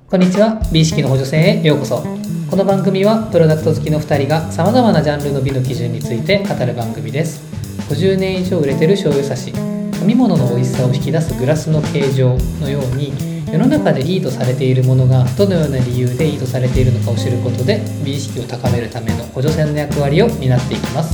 こんにちは。美意識の補助線へようこそ。この番組はプロダクト好きの2人がさまざまなジャンルの美の基準について語る番組です。50年以上売れてる醤油差し、飲み物の美味しさを引き出すグラスの形状のように、世の中でいいとされているものがどのような理由でいいとされているのかを知ることで、美意識を高めるための補助線の役割を担っていきます。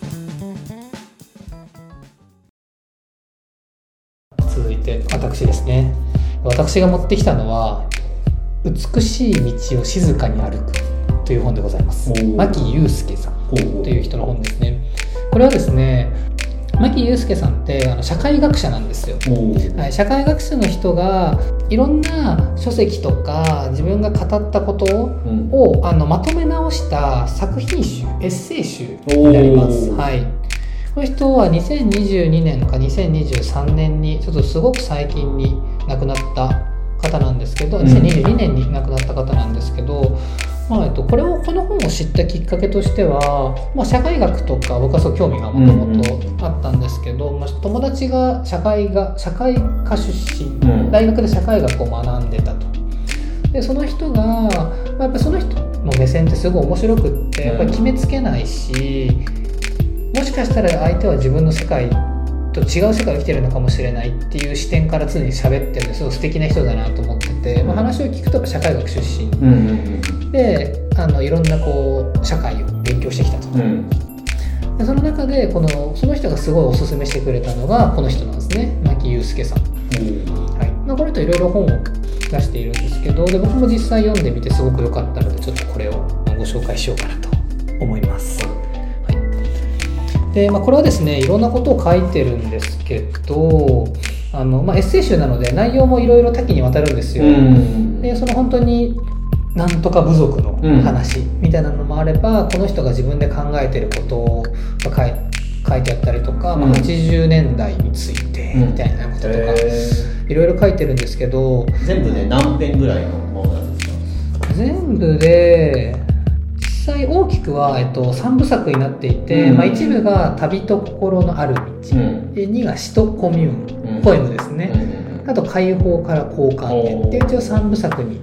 続いて私ですね。私が持ってきたのは美しい道を静かに歩くという本でございます。牧祐介さんという人の本ですね。これはですね、牧祐介さんって社会学者なんですよ。はい、社会学者の人がいろんな書籍とか自分が語ったことを、まとめ直した作品集、エッセイ集になります。はい、この人は2022年か2023年にちょっとすごく最近に亡くなった方なんですけど、2022年に亡くなった方なんですけど、この本を知ったきっかけとしては、社会学とか僕はそう興味がもともとあったんですけど、友達が社会科出身、大学で社会学を学んでたと。でその人が、やっぱりその人の目線ってすごい面白くって、やっぱり決めつけないし、もしかしたら相手は自分の世界と違う世界を生きてるのかもしれないっていう視点から常に喋ってるんですごい素敵な人だなと思ってて、話を聞くと社会学出身で、いろんな社会を勉強してきたと。でその中でその人がすごいおすすめしてくれたのがこの人なんですね。牧祐介さん。はい、この人いろいろ本を出しているんですけど、で僕も実際読んでみてすごく良かったので、ちょっとこれをご紹介しようかなと思います。でこれはですね、いろんなことを書いてるんですけど、エッセイ集なので内容もいろいろ多岐にわたるんですよ。でその本当になんとか部族の話みたいなのもあれば、この人が自分で考えてることが書いてあったりとか、80年代についてみたいなこととかいろいろ書いてるんですけど、 全部で何編ぐらいのものなんですか？ 全部で実際大きくは、3部作になっていて、1部が旅と心のある道、2が詩とコミューン、ポエムですね、あと解放から交換へっていう一応3部作に、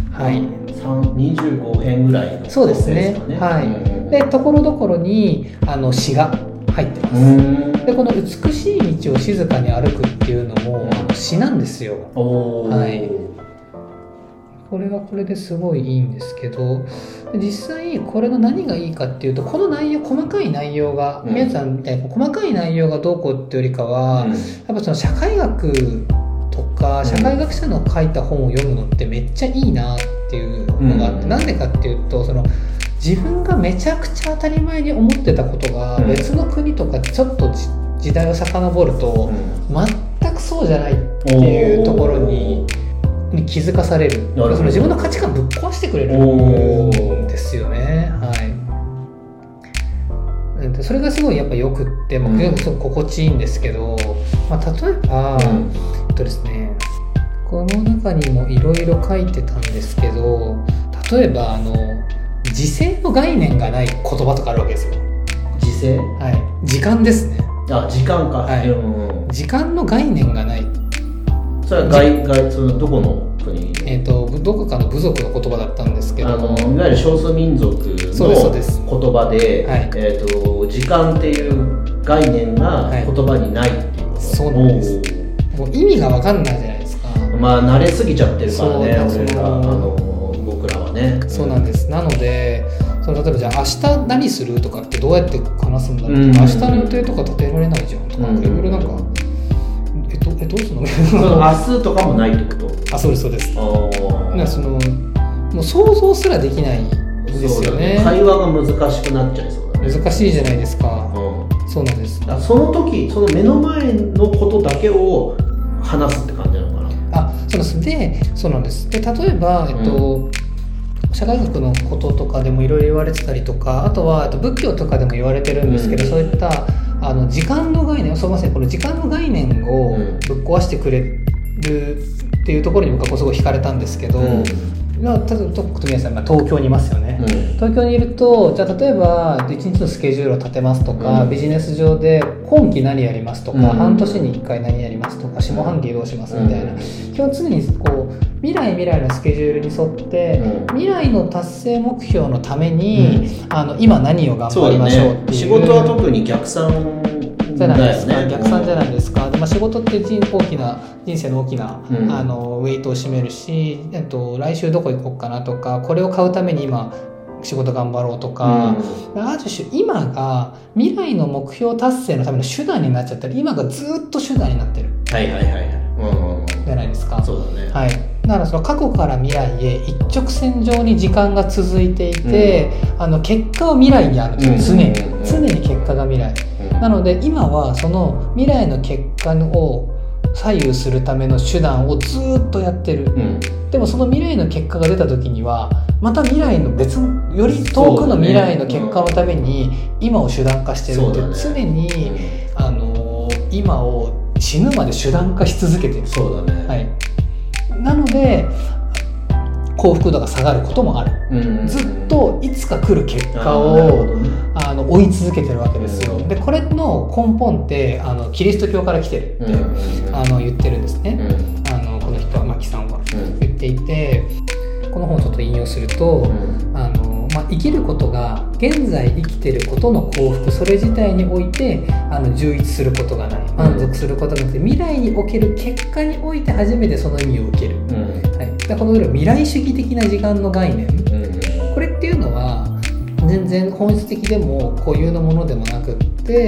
25編ぐらいの、 そうですね、でところどころに詩が入ってます。でこの美しい道を静かに歩くっていうのも詩なんですよ。これはこれですごいいいんですけど、実際これの何がいいかっていうと、この内容、細かい内容が、宮地さんみたいに細かい内容がどうこうっていうよりかは、やっぱその社会学とか社会学者の書いた本を読むのってめっちゃいいなっていうのがあって、なんでかっていうと、自分がめちゃくちゃ当たり前に思ってたことが別の国とかちょっと時代を遡ると全くそうじゃないっていうところに気づかされる。自分の価値観ぶっ壊してくれるんですよね。それがすごいやっぱよくって、僕はすごく心地いいんですけど、例えば、ですね、この中にもいろいろ書いてたんですけど、例えば時制の概念がない言葉とかあるわけですよ。 時制？ 時間ですね。 時間か。 時間の概念がない。 それはそのどこの国？ どこかの部族の言葉だったんですけど、 いわゆる少数民族の言葉で、時間っていう概念が言葉にないっていうこと。 そうなんです。もう意味が分かんないじゃないですか。 慣れすぎちゃってるからね、僕らはね。 そうなんです。なので例えばじゃあ明日何するとかってどうやって話すんだろう、明日の予定とか立てられないじゃんとか、いろいろなんかどうするの明日とかもないってこと？ そうですそうです。もう想像すらできないですよね。 会話が難しくなっちゃいそうだね。 難しいじゃないですか。そうなんです。 その時その目の前のことだけを話すって感じなのかな。 そうです。で、そうなんです。で、例えば社会学のこととかでもいろいろ言われてたりとか、あとは仏教とかでも言われてるんですけど、そういった時間の概念、この時間の概念をぶっ壊してくれるっていうところに僕はすごい惹かれたんですけど、 特に皆さん東京にいますよね、東京にいるとじゃあ例えば1日のスケジュールを立てますとか、ビジネス上で今期何やりますとか、半年に1回何やりますとか、下半期どうしますみたいな、基本常にこう未来のスケジュールに沿って、未来の達成目標のために、今何を頑張りましょうっていう、 仕事は特に逆算じゃないですか、逆算じゃないですか。で、仕事って人生の大きな、ウェイトを占めるし、来週どこ行こうかなとか、これを買うために今仕事頑張ろうとか、ある種今が未来の目標達成のための手段になっちゃったり、今がずっと手段になってる、じゃないですか。 そうだね、 はい、だからその過去から未来へ一直線上に時間が続いていて、結果は未来にあるんですよ、常に結果が未来、なので今はその未来の結果を左右するための手段をずっとやってる、でもその未来の結果が出た時にはまた未来のより遠くの未来の結果のために今を手段化してるって、常に、今を死ぬまで手段化し続けてる。 そうだね、 はい、なので幸福度が下がることもある、ずっといつか来る結果を追い続けてるわけですよ。でこれの根本ってキリスト教から来てるって、言ってるんですね、この人は牧さんは言っていて、この本をちょっと引用すると、生きることが現在生きてることの幸福、それ自体において充実することがない、満足することがなくて、未来における結果において初めてその意味を受ける、はい、でこの未来主義的な時間の概念、これっていうのは全然本質的でも固有のものでもなくって、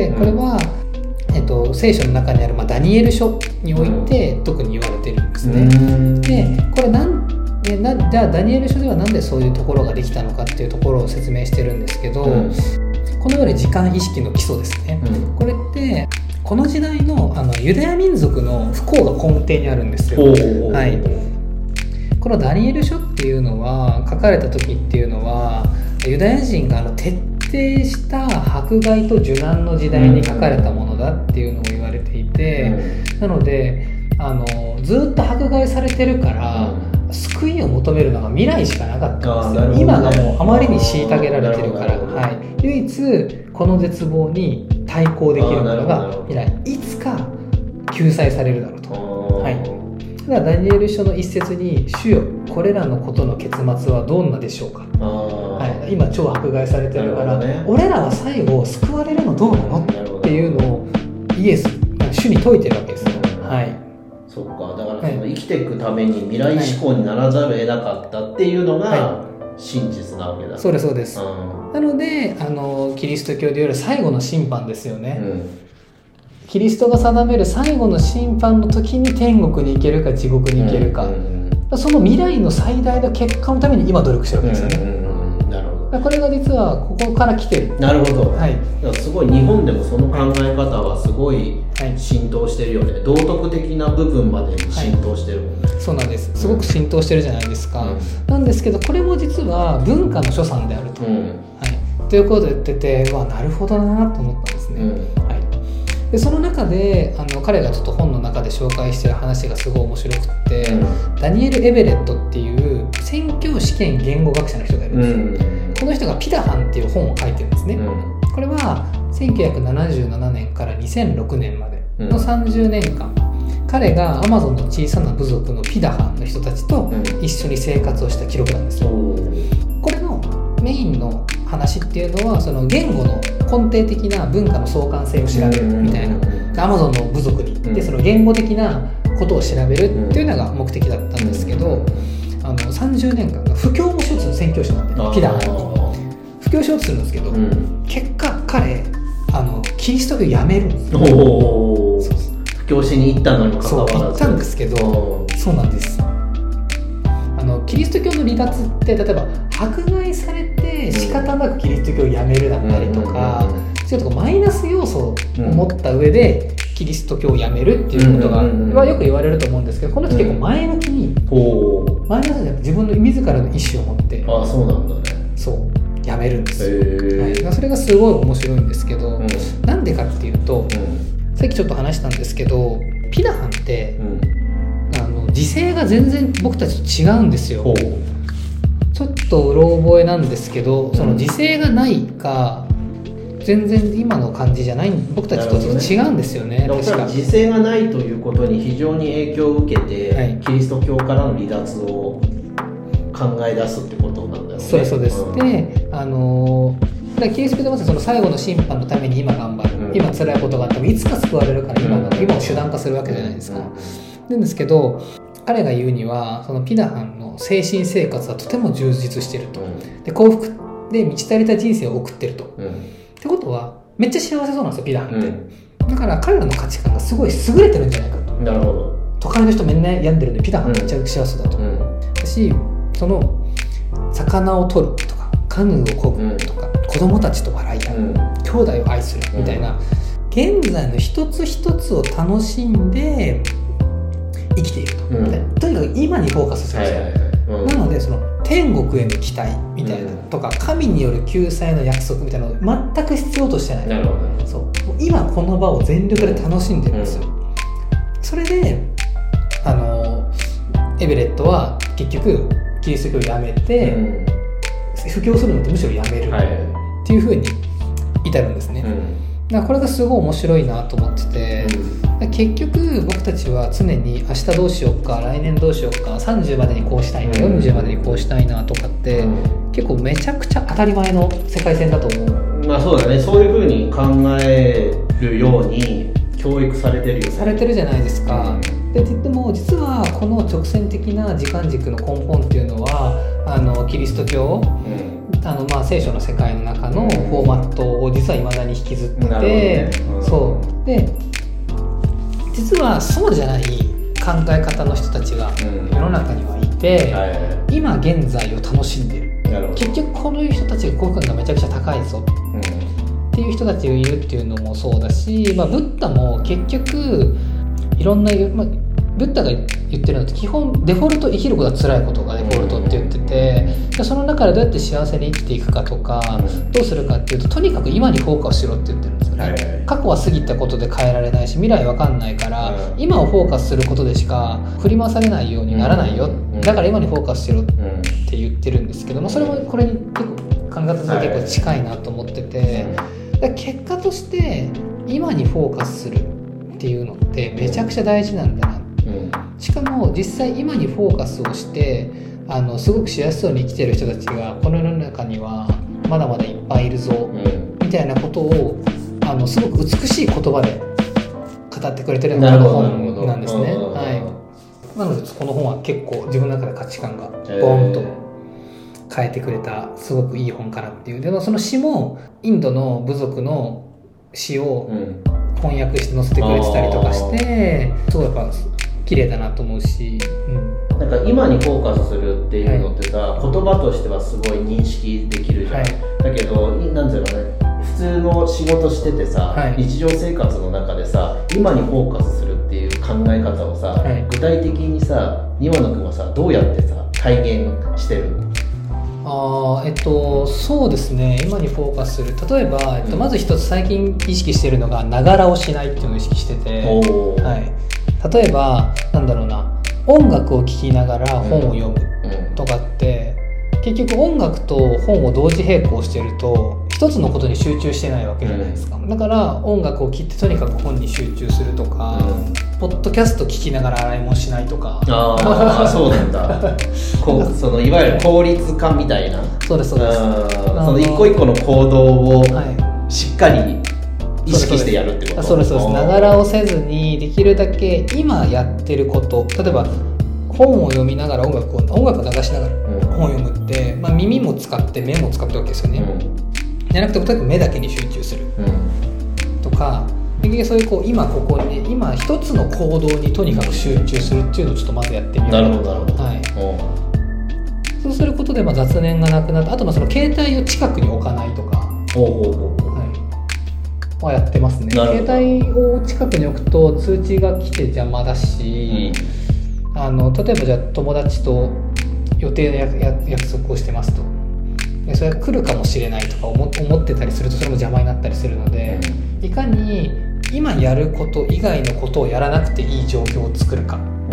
これは、聖書の中にある、ダニエル書において特に言われてるんですね。でこれじゃあダニエル書ではなんでそういうところができたのかっていうところを説明してるんですけど、このように時間意識の基礎ですね、これってこの時代のユダヤ民族の不幸が根底にあるんですよ。はい、このダニエル書っていうのは書かれた時っていうのはユダヤ人が徹底した迫害と受難の時代に書かれたものだっていうのを言われていて、なのでずっと迫害されてるから、救いを求めるのが未来しかなかったんですよ。今がもうあまりに虐げられてるから、はい、唯一この絶望に対抗できるものが未来、いつか救済されるだろうと。はい、だからダニエル書の一節に、主よこれらのことの結末はどんなでしょうか、はい、今超迫害されてるから、俺らは最後救われるのどうなのっていうのをイエス主に説いてるわけですよ。はい、 そうか、だからその生きていくために未来志向にならざるを得なかったっていうのが真実なわけだ、 そうですそうです、なのでキリスト教でいわゆる最後の審判ですよね、キリストが定める最後の審判の時に天国に行けるか地獄に行けるか、その未来の最大の結果のために今努力してるわけですよね、 なるほど。 これが実はここから来てる。 なるほど、はい、だからすごい日本でもその考え方はすごい浸透してるよね、道徳的な部分まで浸透してるもんね、 そうなんです、すごく浸透してるじゃないですか、なんですけどこれも実は文化の所産であると、はい、ということを言ってて、なるほどなと思ったんですね、はい、でその中で彼がちょっと本の中で紹介してる話がすごい面白くって、ダニエル・エベレットっていう宣教試験言語学者の人がいるんですよ、この人がピダハンっていう本を書いてるんですね、これは1977年から2006年までの30年間、彼がアマゾンの小さな部族のピダハンの人たちと一緒に生活をした記録なんですよ、これのメインの話っていうのはその言語の根底的な文化の相関性を調べるみたいな、アマゾンの部族に行ってその言語的なことを調べるっていうのが目的だったんですけど、30年間布教もしようとする宣教師なんで、ピダハンに布教しようとするんですけど、結果彼キリスト教をやめるんですよ。 布教しに行ったのに関わらず、 行ったんですけど、そうなんです。キリスト教の離脱って例えば迫害されて仕方なくキリスト教をやめるだったりとか、そういうとこマイナス要素を持った上でキリスト教をやめるっていうことがはよく言われると思うんですけど、この人結構前向きに、マイナスじゃなくて自分の自らの意思を持って、 そうなんだね、 そうやめるんですよ、はい、それがすごい面白いんですけど、なんでかっていうと、さっきちょっと話したんですけど、ピダハンって、時勢が全然僕たちと違うんですよ。 っとうろ覚えなんですけど、その時勢がないか全然今の感じじゃない、僕たちとちょっと違うんですよね。 確か時勢がないということに非常に影響を受けて、はい、キリスト教からの離脱を考え出すってことなんだよね。 そうです。で、だからキリスト教でまずその最後の審判のために今頑張る、今辛いことがあってもいつか救われるから今を手段化するわけじゃないですか。なんですけど、彼が言うにはそのピダハンの精神生活はとても充実していると、で幸福で満ち足りた人生を送ってると、ってことはめっちゃ幸せそうなんですよ、ピダハンって、だから彼らの価値観がすごい優れてるんじゃないかと。 なるほど。 都会の人みんな病んでるんでピダハンめっちゃ幸せだと、私その魚を取るとかカヌーを漕ぐとか、子供たちと笑い合う、兄弟を愛するみたいな、現在の一つ一つを楽しんで生きていると、とにかく今にフォーカスするんですよ、なのでその天国への期待みたいな、とか神による救済の約束みたいなのを全く必要としてない。 なるほど。 そう、今この場を全力で楽しんでるんですよ、それでエベレットは結局キリスト教をやめて、布教するのってむしろやめるっていう風に至るんですね、だからこれがすごい面白いなと思ってて、結局僕たちは常に明日どうしようか、来年どうしようか、30までにこうしたいな、40までにこうしたいなとかって、結構めちゃくちゃ当たり前の世界線だと思う。 まあそうだね、そういう風に考えるように教育されてるよね。 されてるじゃないですか、でも実はこの直線的な時間軸の根本っていうのはキリスト教、聖書の世界の中のフォーマットを実は未だに引きずってて、そうで実はそうじゃない考え方の人たちが世の中にはいて、今現在を楽しんでる。結局この人たちが幸福感がめちゃくちゃ高いぞっていう人たちがいるっていうのもそうだし、ブッダも結局いろんな、ブッダが言ってるのって基本デフォルト、生きることは辛いことがデフォルトって言ってて、その中でどうやって幸せに生きていくかとか、どうするかっていうと、とにかく今にフォーカスしろって言ってるんですよね、過去は過ぎたことで変えられないし未来わかんないから、今をフォーカスすることでしか振り回されないようにならないよ、だから今にフォーカスしろって言ってるんですけども、それもこれに結構考え方として結構近いなと思ってて、結果として今にフォーカスするっていうのってめちゃくちゃ大事なんだな、しかも実際今にフォーカスをしてすごく幸せそうに生きてる人たちがこの世の中にはまだまだいっぱいいるぞ、みたいなことをすごく美しい言葉で語ってくれてるのがこの本なんですね、なのでこの本は結構自分の中で価値観がボーンと変えてくれたすごくいい本かなっていう。でもその詩もインドの部族の詩を翻訳して載せてくれてたりとかして、すごいやっぱ綺麗だなと思うし、 なんか今にフォーカスするっていうのってさ、言葉としてはすごい認識できるじゃん、だけどなんていうのね、普通の仕事しててさ、日常生活の中でさ今にフォーカスするっていう考え方をさ、具体的にさ庭野君はさどうやってさ体現してるの？ そうですね、今にフォーカスする、例えば、まず一つ最近意識してるのがながらをしないっていうのを意識してて、例えばなんだろうな、音楽を聴きながら本を読むとかって、結局音楽と本を同時並行してると一つのことに集中してないわけじゃないですか、だから音楽を聴いてとにかく本に集中するとか、ポッドキャスト聞きながら洗い物しないとか。 そうなんだそのいわゆる効率化みたいな。 そうですそうです。 その一個一個の行動をしっかり意識してやるってこと？ そうですそうです。ながらをせずにできるだけ今やってること、例えば本を読みながら音楽を流しながら本を読むって、耳も使って目も使ってるわけですよね、じゃなくてとにかく目だけに集中する、とか、そういう今ここに今一つの行動にとにかく集中するっていうのをちょっとまずやってみよう。 なるほど、 そうすることで雑念がなくなって、あとその携帯を近くに置かないとかはやってますね。携帯を近くに置くと通知が来て邪魔だし、例えばじゃあ友達と予定の約束をしてますと、それが来るかもしれないとか思ってたりするとそれも邪魔になったりするので、いかに今やること以外のことをやらなくていい状況を作るかっ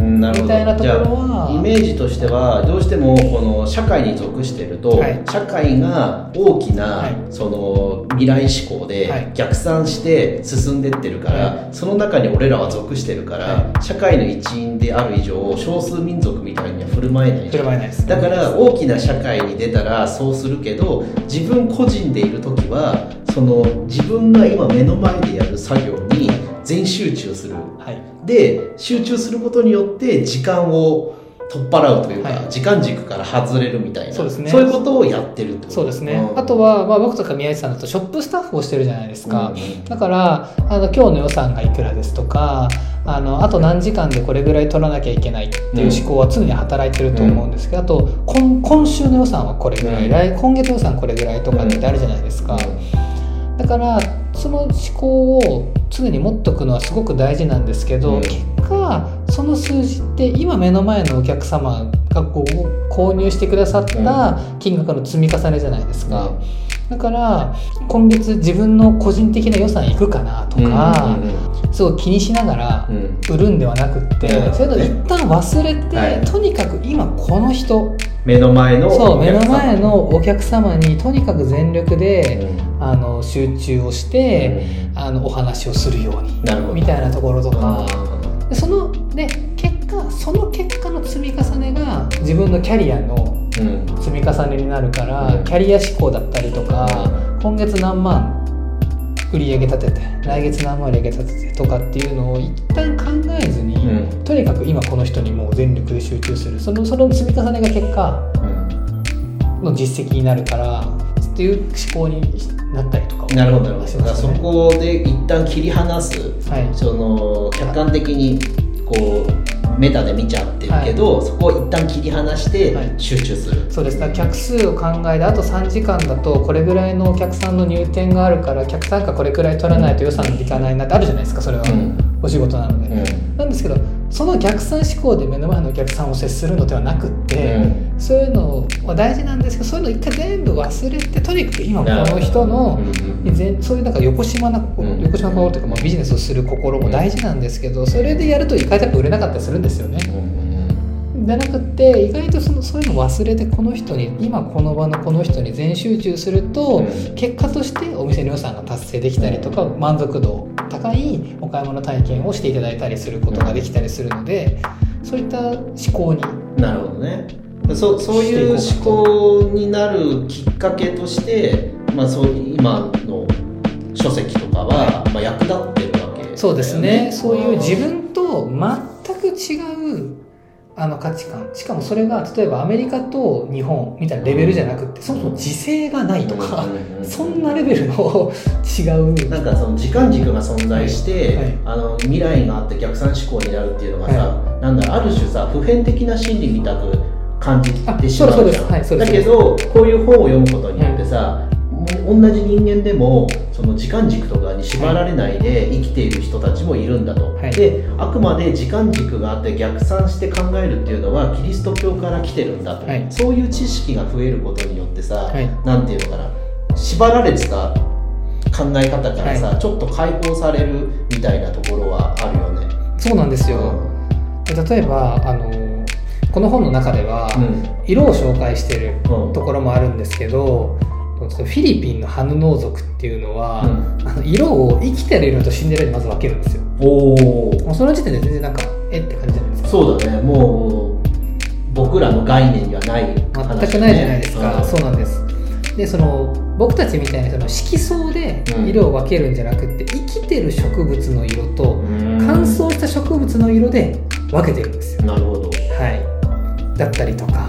みたいなところはイメージとしてはどうしてもこの社会に属してると、社会が大きなその未来志向で逆算して進んでってるから、その中に俺らは属してるから、社会の一員である以上少数民族みたいには振る舞えないじゃん。だから大きな社会に出たらそうするけど、自分個人でいる時はその自分が今目の前でやる作業に全集中する、で集中することによって時間を取っ払うというか、時間軸から外れるみたいな、そういうことをやってるってこと。 そうですね、あとは、僕とか宮市さんだとショップスタッフをしてるじゃないですか、だから今日の予算がいくらですとか、あと何時間でこれぐらい取らなきゃいけないっていう思考は常に働いてると思うんですけど、あと今週の予算はこれぐらい、今月予算これぐらいとかってあるじゃないですか、だからその思考を常に持っとくのはすごく大事なんですけど、結果その数字って今目の前のお客様が購入してくださった金額の積み重ねじゃないですか、だから今月自分の個人的な予算いくかなとか、すごい気にしながら売るんではなくって、そういうのを一旦忘れて、とにかく今この人、 目の前のお客様にとにかく全力で、集中をして、お話をするようにみたいなところとか、でその結果の積み重ねが自分のキャリアの積み重ねになるから、キャリア志向だったりとか、今月何万売り上げ立てて来月何万売り上げ立ててとかっていうのを一旦考えずに、とにかく今この人にもう全力で集中する、その積み重ねが結果の実績になるからっていう思考になったりとか。 なるほど、そこで一旦切り離す、その客観的にこうメタで見ちゃってるけど、そこを一旦切り離して集中する、 そうです。だから客数を考えて、あと3時間だとこれぐらいのお客さんの入店があるから客単価これくらい取らないと予算いかないなってあるじゃないですか、それは、お仕事なので、なんですけど、その逆算思考で目の前のお客さんを接するのではなくって、そういうのは大事なんですけど、そういうのを一回全部忘れて、とにかく今この人の、そういうなんか横島な心というか、ビジネスをする心も大事なんですけど、それでやると意外と売れなかったりするんですよね。じゃなくて、意外とそういうのを忘れて、この人に今この場のこの人に全集中すると、結果としてお店の予算が達成できたりとか、満足度高いお買い物体験をしていただいたりすることができたりするので、そういった思考に。 なるほどね。そういう思考になるきっかけとして、そう今の書籍とかは、役立ってるわけ、ね、 そうですね。そういう自分と全く違う価値観、しかもそれが例えばアメリカと日本みたいなレベルじゃなくて、そもそも時勢がないとか、そんなレベルの違う、 なんかその時間軸が存在して、未来があって逆算思考になるっていうのがさ、なんだろう、ある種さ、普遍的な心理みたく感じてしまうじゃん。だけどこういう本を読むことによってさ、同じ人間でもその時間軸とかに縛られないで生きている人たちもいるんだと、であくまで時間軸があって逆算して考えるっていうのはキリスト教から来てるんだと、そういう知識が増えることによってさ、なんていうのかな、縛られてた考え方からさ、ちょっと解放されるみたいなところはあるよね。 そうなんですよ、例えばこの本の中では、色を紹介してるところもあるんですけど、フィリピンのハヌノー族っていうのは、色を生きてる色と死んでる色にまず分けるんですよ。もうその時点で全然なんかって感じじゃないですか。 そうだね、もう僕らの概念にはない話、ね、 全くないじゃないですか、そうなんです。で僕たちみたいな色相で色を分けるんじゃなくて、生きてる植物の色と乾燥した植物の色で分けてるんですよ。 なるほど、 だったりとか、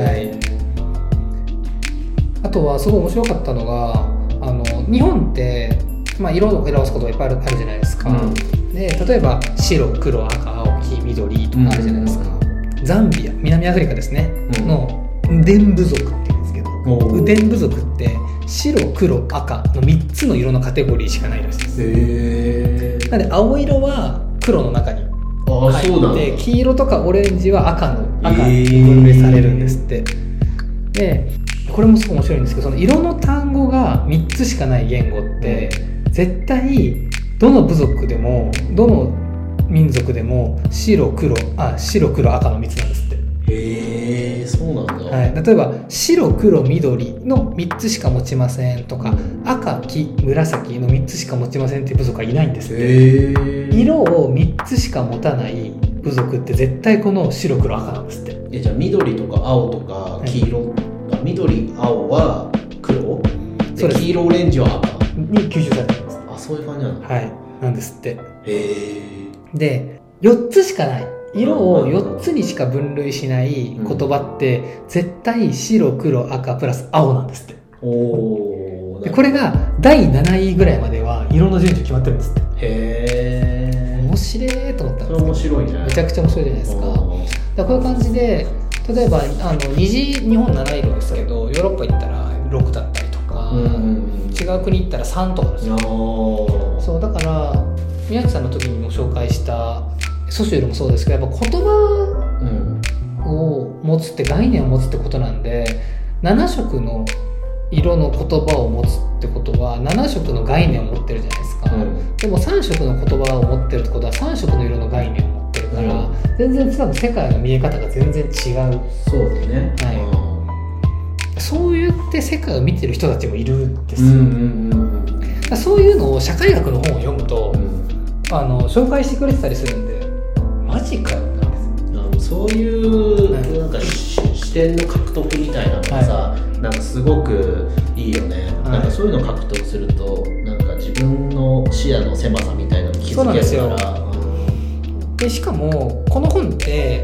あとはすごい面白かったのが、日本って、色を表すことがいっぱいあるじゃないですか、で例えば白、黒、赤、青、黄、緑とかあるじゃないですか、ザンビア、南アフリカですね、のウデン部族って言うんですけど、ウデン部族って白、黒、赤の3つの色のカテゴリーしかないらしいです。なので青色は黒の中に入って、黄色とかオレンジは赤に分類されるんですって。でこれもすごい面白いんですけど、その色の単語が3つしかない言語って、絶対どの部族でもどの民族でも白黒赤の3つなんですって。 へえ、そうなんだ。 はい、例えば白黒緑の3つしか持ちませんとか、赤黄紫の3つしか持ちませんっていう部族はいないんですって。色を3つしか持たない部族って絶対この白黒赤なんですって。 じゃあ緑とか青とか黄色、緑青は黒で黄色オレンジは赤に吸収されてるんです。 あ、そういう感じなんだ。 はい、なんですって。 へえ。 で4つしかない、色を4つにしか分類しない言葉って絶対白黒赤プラス青なんですって。でこれが第7位ぐらいまでは色の順序決まってるんですって。 へー、 面白いと思ったんです。 それ面白いね。めちゃくちゃ面白いじゃないですか。だからこういう感じで、例えば虹日本7色ですけど、ヨーロッパ行ったら6だったりとか、違う国行ったら3とかですよ。そうだから宮城さんの時にも紹介したソシュエルもそうですけど、やっぱ言葉を持つって概念を持つってことなんで、7色の色の言葉を持つってことは7色の概念を持ってるじゃないですか、でも3色の言葉を持ってるってことは3色の色の概念を持ってるから、全然多分世界の見え方が全然違う。 そうですね、 はい、そう言って世界を見てる人たちもいるんですよ。そういうのを社会学の本を読むと、紹介してくれてたりするんで、マジかよなんですよ。 そういうなんか視点の獲得みたいなのがさ、なんかすごくいいよね、なんかそういうのを獲得するとなんか自分の視野の狭さみたいなのに気づけるから。 でしかもこの本って、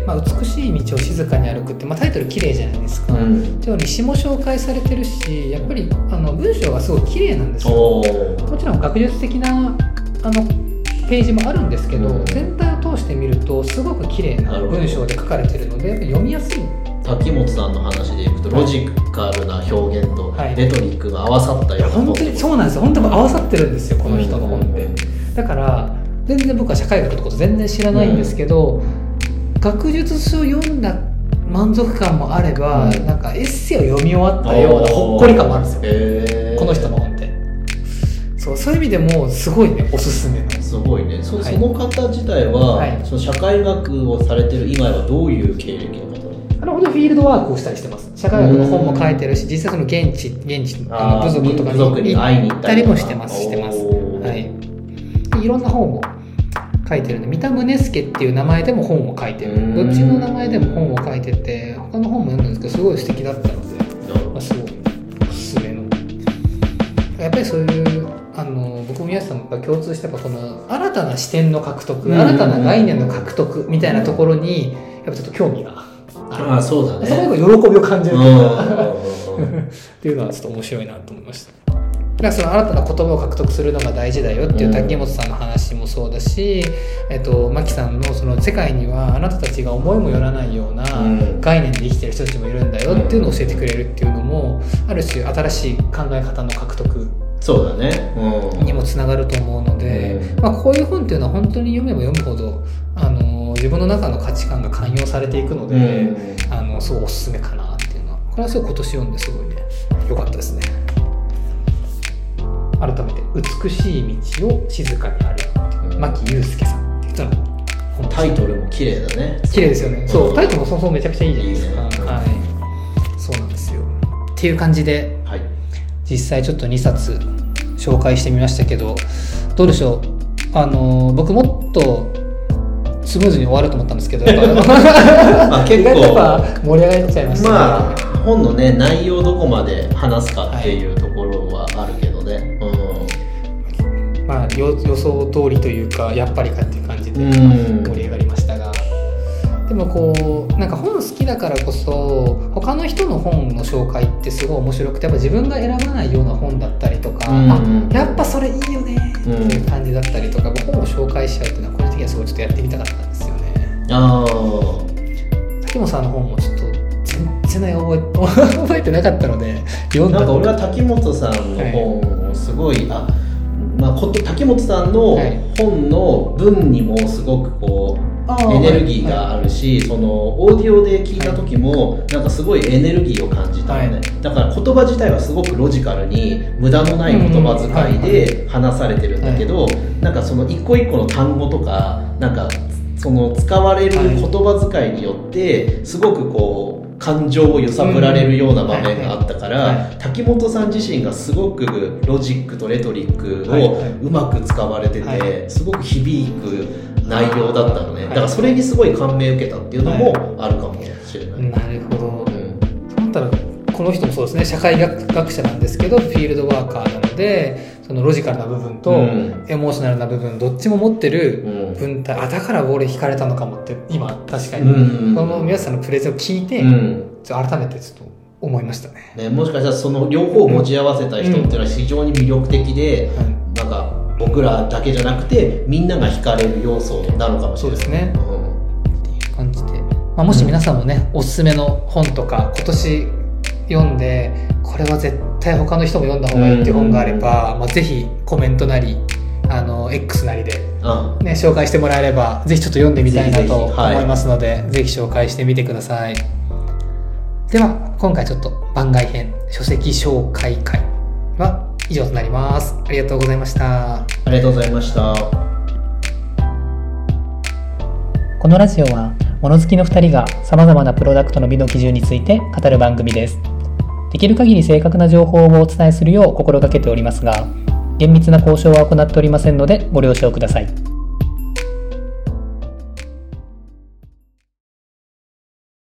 美しい道を静かに歩くって、タイトル綺麗じゃないですか、でも詩も紹介されてるし、やっぱり文章がすごい綺麗なんですよ。もちろん学術的なページもあるんですけど、全体を通して見るとすごく綺麗な文章で書かれてるので、やっぱり読みやすい。 滝本さんの話でいくと、ロジカルな表現とレトリックが合わさったような本、 本当にそうなんですよ。本当に合わさってるんですよ、この人の本って。だから全然僕は社会学のこと全然知らないんですけど、学術書を読んだ満足感もあれば、なんかエッセイを読み終わったようなほっこり感もあるんですよ、この人の本って。そういう意味でもすごいね、おすすめの。 すごいね。その方自体は、その社会学をされてる以外はどういう経歴の方なの？ 本当にフィールドワークをしたりしてます。社会学の本も書いてるし、実際その現地の部族とかに行ったりもしてます。はい。いろんな本を書いてるんで、三田宗介っていう名前でも本を書いてる。どっちの名前でも本を書いてて、他の本も読んだんですけど、すごい素敵だったので、すごいおすすめの。やっぱりそういう僕も宮下さんも共通してこの新たな視点の獲得、新たな概念の獲得みたいなところにやっぱちょっと興味がある。 そうだね。 そこが喜びを感じるっていうのはちょっと面白いなと思いました。だからその新たな言葉を獲得するのが大事だよっていう滝本さんの話もそうだし、牧さんのその世界にはあなたたちが思いもよらないような概念で生きてる人たちもいるんだよっていうのを教えてくれるっていうのも、ある種新しい考え方の獲得そうだね、 にもつながると思うので、こういう本っていうのは本当に読めば読むほど自分の中の価値観が寛容されていくので、すごいおすすめかなっていうのは、これはすごい今年読んですごいね良かったですね。改めて美しい道を静かに歩く、牧祐介さんっていう人のタイトルも綺麗だね。 綺麗ですよね。そう、タイトルもそもそもめちゃくちゃいいじゃないですか。はい、そうなんですよっていう感じで、実際ちょっと2冊紹介してみましたけど、どうでしょう。僕もっとスムーズに終わると思ったんですけど、やっぱ結構やっぱ盛り上がっちゃいましたね。 本のね、内容どこまで話すかっていうところはあるけどね、 予想通りというか、やっぱりかっていう感じで盛り上がりましたが、でもこうなんか本好きだからこそ他の人の本の紹介ってすごい面白くて、やっぱ自分が選ばないような本だったりとか、やっぱそれいいよねっていう感じだったりとか、本を紹介しちゃうっていうのは個人的にはすごいちょっとやってみたかったんですよね。滝本さんの本もちょっと全然覚えてなかったので読んだ。 なんか俺は滝本さんの本をすごい、滝本さんの本の文にもすごくこうエネルギーがあるし、そのオーディオで聞いた時もなんかすごいエネルギーを感じたのね、だから言葉自体はすごくロジカルに無駄のない言葉遣いで話されてるんだけど、なんかその一個一個の単語とかなんかその使われる言葉遣いによってすごくこう感情を揺さぶられるような場面があったから、滝本さん自身がすごくロジックとレトリックをうまく使われてて、すごく響く内容だったのね。だからそれにすごい感銘を受けたっていうのもあるかもしれない。 なるほど。そうだったらこの人もそうですね、社会学者なんですけどフィールドワーカーなので、そのロジカルな部分とエモーショナルな部分どっちも持ってる文体、だから俺惹かれたのかもって今確かにこの宮下さんのプレゼンを聞いて、改めてちょっと思いましたね。 もしかしたらその両方を持ち合わせた人っていうのは非常に魅力的で、なんか僕らだけじゃなくてみんなが惹かれる要素なのかもしれない。 そうですね、っていう感じで、もし皆さんもね、おすすめの本とか今年読んでこれは絶対他の人も読んだ方がいいっていう本があれば、ぜひコメントなりX なりで、紹介してもらえればぜひちょっと読んでみたいなと思いますので、ぜひ紹介してみてください。では今回ちょっと番外編書籍紹介会は以上となります。ありがとうございました。 ありがとうございました。 このラジオは物好きの2人がさまざまなプロダクトの美の基準について語る番組です。できる限り正確な情報をお伝えするよう心がけておりますが、厳密な交渉は行っておりませんのでご了承ください。